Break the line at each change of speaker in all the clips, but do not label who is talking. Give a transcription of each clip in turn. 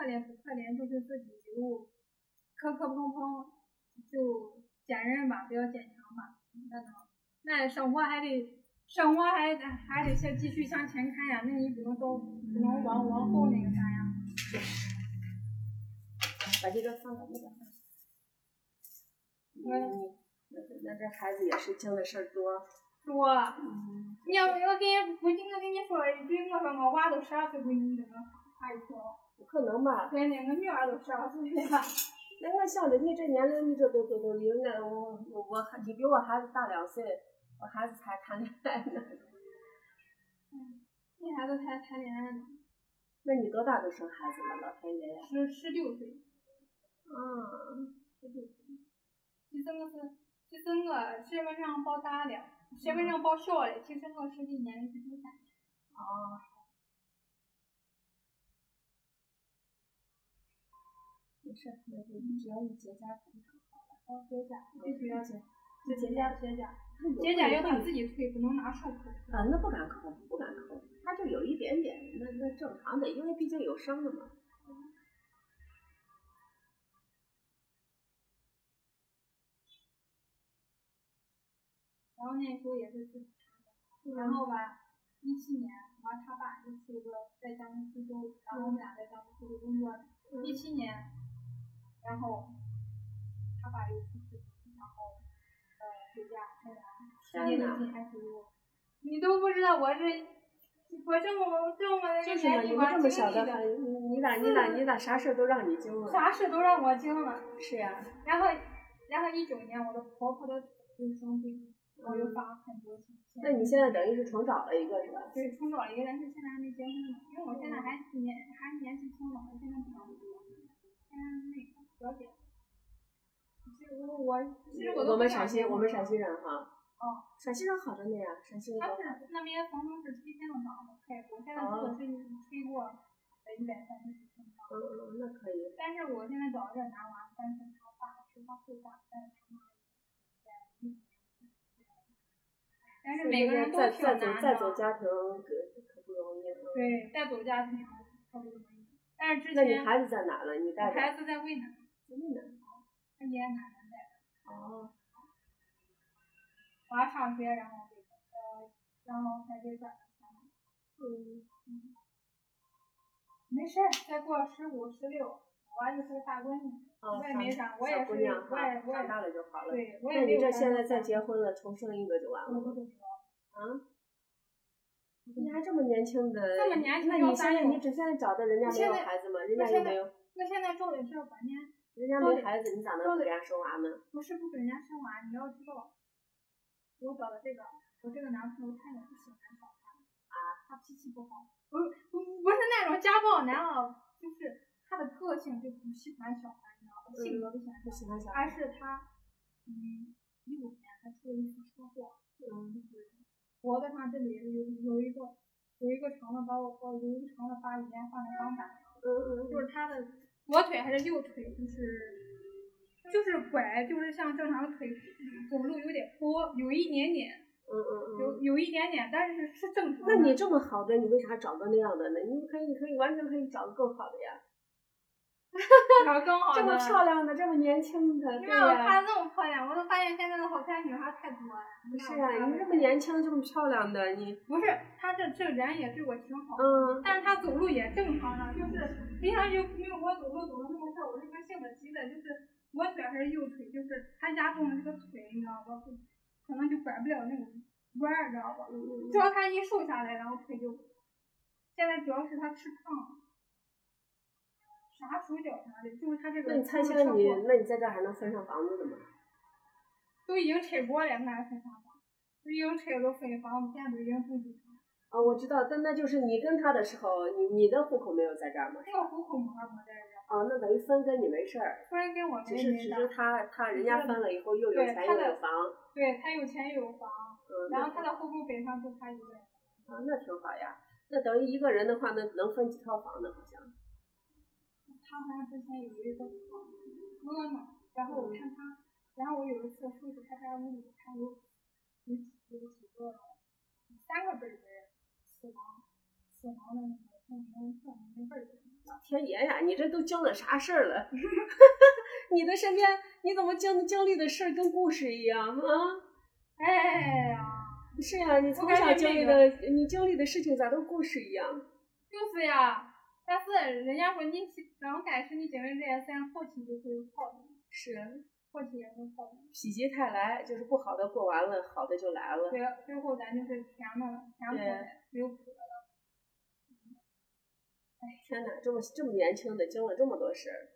怜不可怜，就是自己就磕磕碰碰，就坚韧吧，比较坚强吧。那生活还得先继续向前看呀，那你不能往后那个啥呀。
把这个放到那个。那这孩子也是经的事儿多。
多。我跟你说一句，我说我娃都12岁，不你这个话一说。
不可能吧？
对，那个女儿都12岁了。
那我想着你这年龄，你这都应该你比我孩子大2岁，我孩子才谈恋爱呢。
你孩子才谈恋爱呢。
那你多大都生孩子了，老太爷呀
？16岁。16岁。其实我身份证报大了，身份证报小了，其实我实际年龄是13年。
没事，只要你结痂就好了。
结痂必须要结
痂
要他自己推，不能拿手抠。
那不敢抠，他就有一点点，那正常的，因为毕竟有伤了嘛。
然后那时候也是自己谈的，然后吧，17年，他爸就出个在江苏苏州，然后我们俩在江苏苏州工作，17年，然后他爸又出事，然后回家生完，直接就进 ICU， 你都不知道我这么
就是嘛，你们这么小的孩子，你咋啥事都让你经了？
啥事都让我经了。
是呀。
然后19年，我的婆婆的就生病。我又花很多钱。
那你现在等于是重找了一个是吧？
对，重找了一个，但是现在还没结婚呢，因为我现在还年纪轻嘛，我现在不想结。现在那个了解。我
们陕西人哈。陕西人好着呢呀，陕西人。
他是那边房东是推荐的房子，我现在住的是推过130几平方。
那可以。
但是我现在找的这男娃，但是他爸是他后爸，但是他妈但是每个人都挺难的。
再走家庭可不容易。
对，再走家庭可不容易。但是之前。
那你孩子在哪了？你带着？
孩子在渭南。
在渭南。
他爷爷奶奶带着。娃上学，然后才给转的钱。没事，再过15、16，娃就是个大闺女。我也没啥，我也是，
长大了就好了。
对，
那你这现在再结婚了，重生一个就完了。你还这么年轻的。
这么年轻。
那你现在找的人家没有孩子吗？人家有没有？
我现在找的是关键。
人家没孩子，你咋能不给人家生娃呢？
不是不给人家生娃，你要知道，我找的我这个男朋友他也不喜欢小孩。他脾气不好，不是那种家暴男就是他的个性就不喜欢小孩，你知道吗？性格不喜欢小孩。而是他，15年他出了一次车祸，就是脖子上这里有一个长的把把以前放在钢板上，就是他的左腿还是右腿，就是拐，就是像正常的腿走路有点坡，有一点点。有一点点，但是正常的。
那你这么好的，你为啥找个那样的呢？你可以完全可以找个更好的呀。
找更好的。
这么漂亮的，这么年轻的。
你看她这么漂亮，我都发现现在的好看女孩太多了。
不是啊，你这么年轻这么漂亮的，你
不是她这人也对我挺好。但是她走路也正常的，就是平常就没有我走路走的那么快，我这个性子急的，就是左腿还是右腿，就是她压中了这个腿，你知道吧？可能就拐不了那种弯，知道吧？只要他一瘦下来，然后腿就。现在主要是他吃胖，啥手脚啥的，就是他这个。
那你猜想那你在这还能分上房子的吗？
都已经拆过了，那还分上房？都已经拆了分房子，现在都已经住进去了。
我知道，但那就是你跟他的时候，你的户口没有在这儿吗？
我户口没在这儿。
那等于分跟你没事儿。
分跟我没
只是他人家分了以后又有钱又有房。
对，他有钱又有房。然后他的户口本上就他一个人。
那挺好呀。那等于一个人的话，那能分几套房呢？好像。
他好像之前有一个房，然后我看他，然后我有一次收拾他家屋里，他有几个3个本本死亡的那个证明的本本。
天爷呀，你这都经了啥事儿了？你的身边你怎么经历的事儿跟故事一样啊？
哎呀，
是呀，你从小经历的，你经历的事情咋都故事一样？
就是呀，但是人家说你刚开始你经历这些事，后期就会好的。
是，
后期也会好的。
否极泰来，就是不好的过完了，好的就来了。
对，最后咱就是甜的了，甜苦的，没有苦的了。哎，
天哪，这么年轻的经了这么多事儿。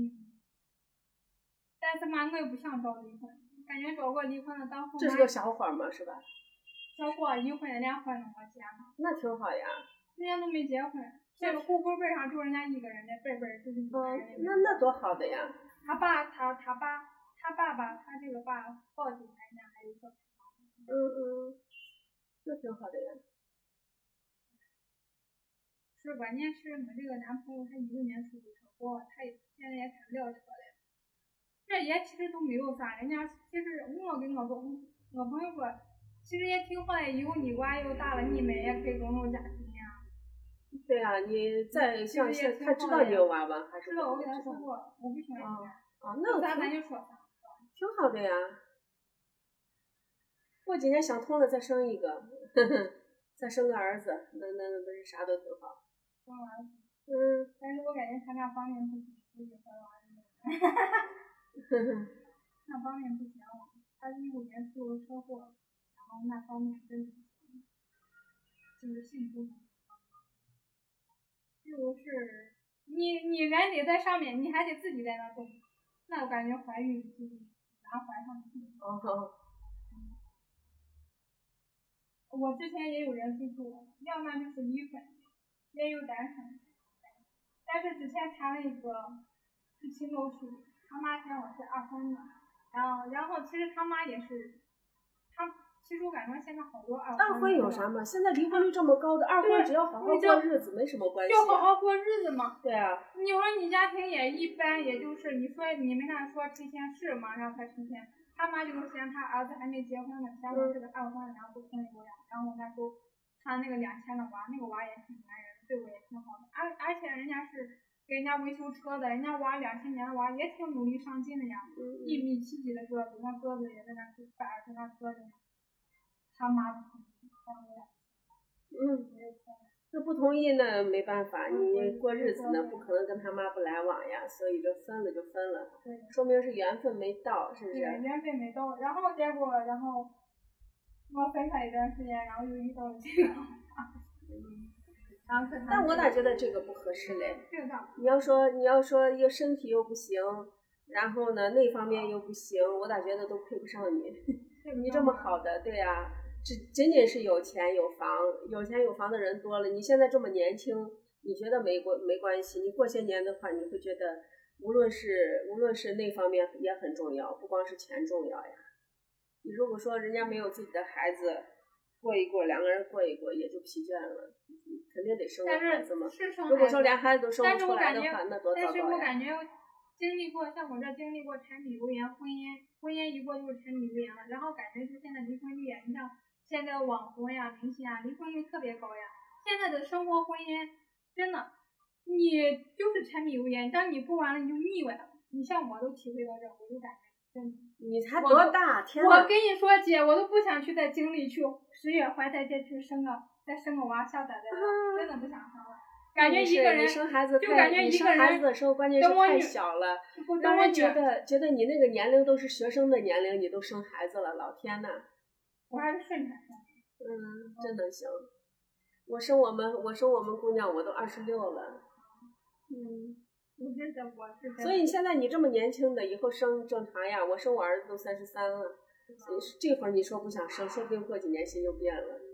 但是嘛，我也不想找离婚，感觉找个离婚的当后。
这是个小伙嘛，是吧？
小伙离婚，人家还那么结呢。
那挺好呀。
人家都没结婚，这个户口本上就人家一个人的，本就是一个人的。
那多好的呀！
他爸爸，他这个爸报警，人家还有小孩。
那挺好的呀。
是，关键是我这个男朋友他19年出的车祸，他现在也开不了车了。这也其实都没有啥，人家其实我跟我朋友说，其实也挺好的，以后你娃又大了，你们也可以共同家庭呀。
对呀，你再像他知道你有娃吗？还是
知道，我跟他说过，我不喜欢你。
那
咱就说啥？
挺好的呀。过几年想通了再生一个，再生个儿子，那不是啥都挺好。
生儿子。但是我感觉他那方面不行，所以和娃那方面不行，他15年出了车祸，然后那方面真的不行，就是幸福。就是你还得在上面，你还得自己在那动，那我感觉怀孕几率难怀上去。我之前也有人催促我，要么就是离婚，也有单身，但是之前谈了一个是情窦初开，他妈嫌我是二婚的，然后其实他妈也是，其实我感觉现在好多二
婚有啥嘛？现在离婚率这么高的，二婚只要好好过日子没什么关系。
就好好过日子嘛。
对啊。
你说你家庭也一般，也就是你说你们那说成亲是马上才成亲，他妈就是嫌他儿子还没结婚呢，嫌我是个二婚，然后不同意我俩，然后那时候他那个2000的娃，那个娃也挺男人，对我也挺好的，而且人家是给人家维修车的，人家娃2000年的娃也挺努力上进的呀，1米7几的个子，那个子也在那摆着那个子呢。他妈不同意，
那不同意那没办法，你过日子呢不可能跟他妈不来往呀，所以这分了就分了，说明是缘分没到，是不是？
对，缘分没到，然后结果我分开一段时间，然后又遇到了这个。
但我咋觉得这个不合适嘞？
这个
你要说又身体又不行，然后呢那方面又不行，我咋觉得都配不上你。你这么好的，对呀。仅仅是有钱有房的人多了，你现在这么年轻，你觉得没关系？你过些年的话，你会觉得无论是那方面也很重要，不光是钱重要呀。你如果说人家没有自己的孩子，过一过，两个人过一过也就疲倦了，肯定得生个孩子嘛。如果说连孩子都生不出来的话，那多糟糕呀。
但是我感觉经历过像我这经历过柴米油盐，婚姻一过就是柴米油盐了，然后感觉就现在离婚率，你像现在网红呀、明星啊，离婚率特别高呀。现在的生活婚姻真的，你就是柴米油盐，当你过完了你就腻歪了。你像我都体会到这，我就感觉真的。
你才多大？天哪！
我跟你说姐，我都不想去再经历去10月怀胎再去再生个娃下崽了，真的不想生了。感觉一个人
生孩子
就感觉一个人
生孩子的时候关键是太小了，让人觉得你那个年龄都是学生的年龄，你都生孩子了，老天呐！
我还是顺产生。
真能行。我生我们姑娘，我都26了。所以现在你这么年轻的，以后生正常呀。我生我儿子都33了，这会儿你说不想生，说不定过几年心就变了。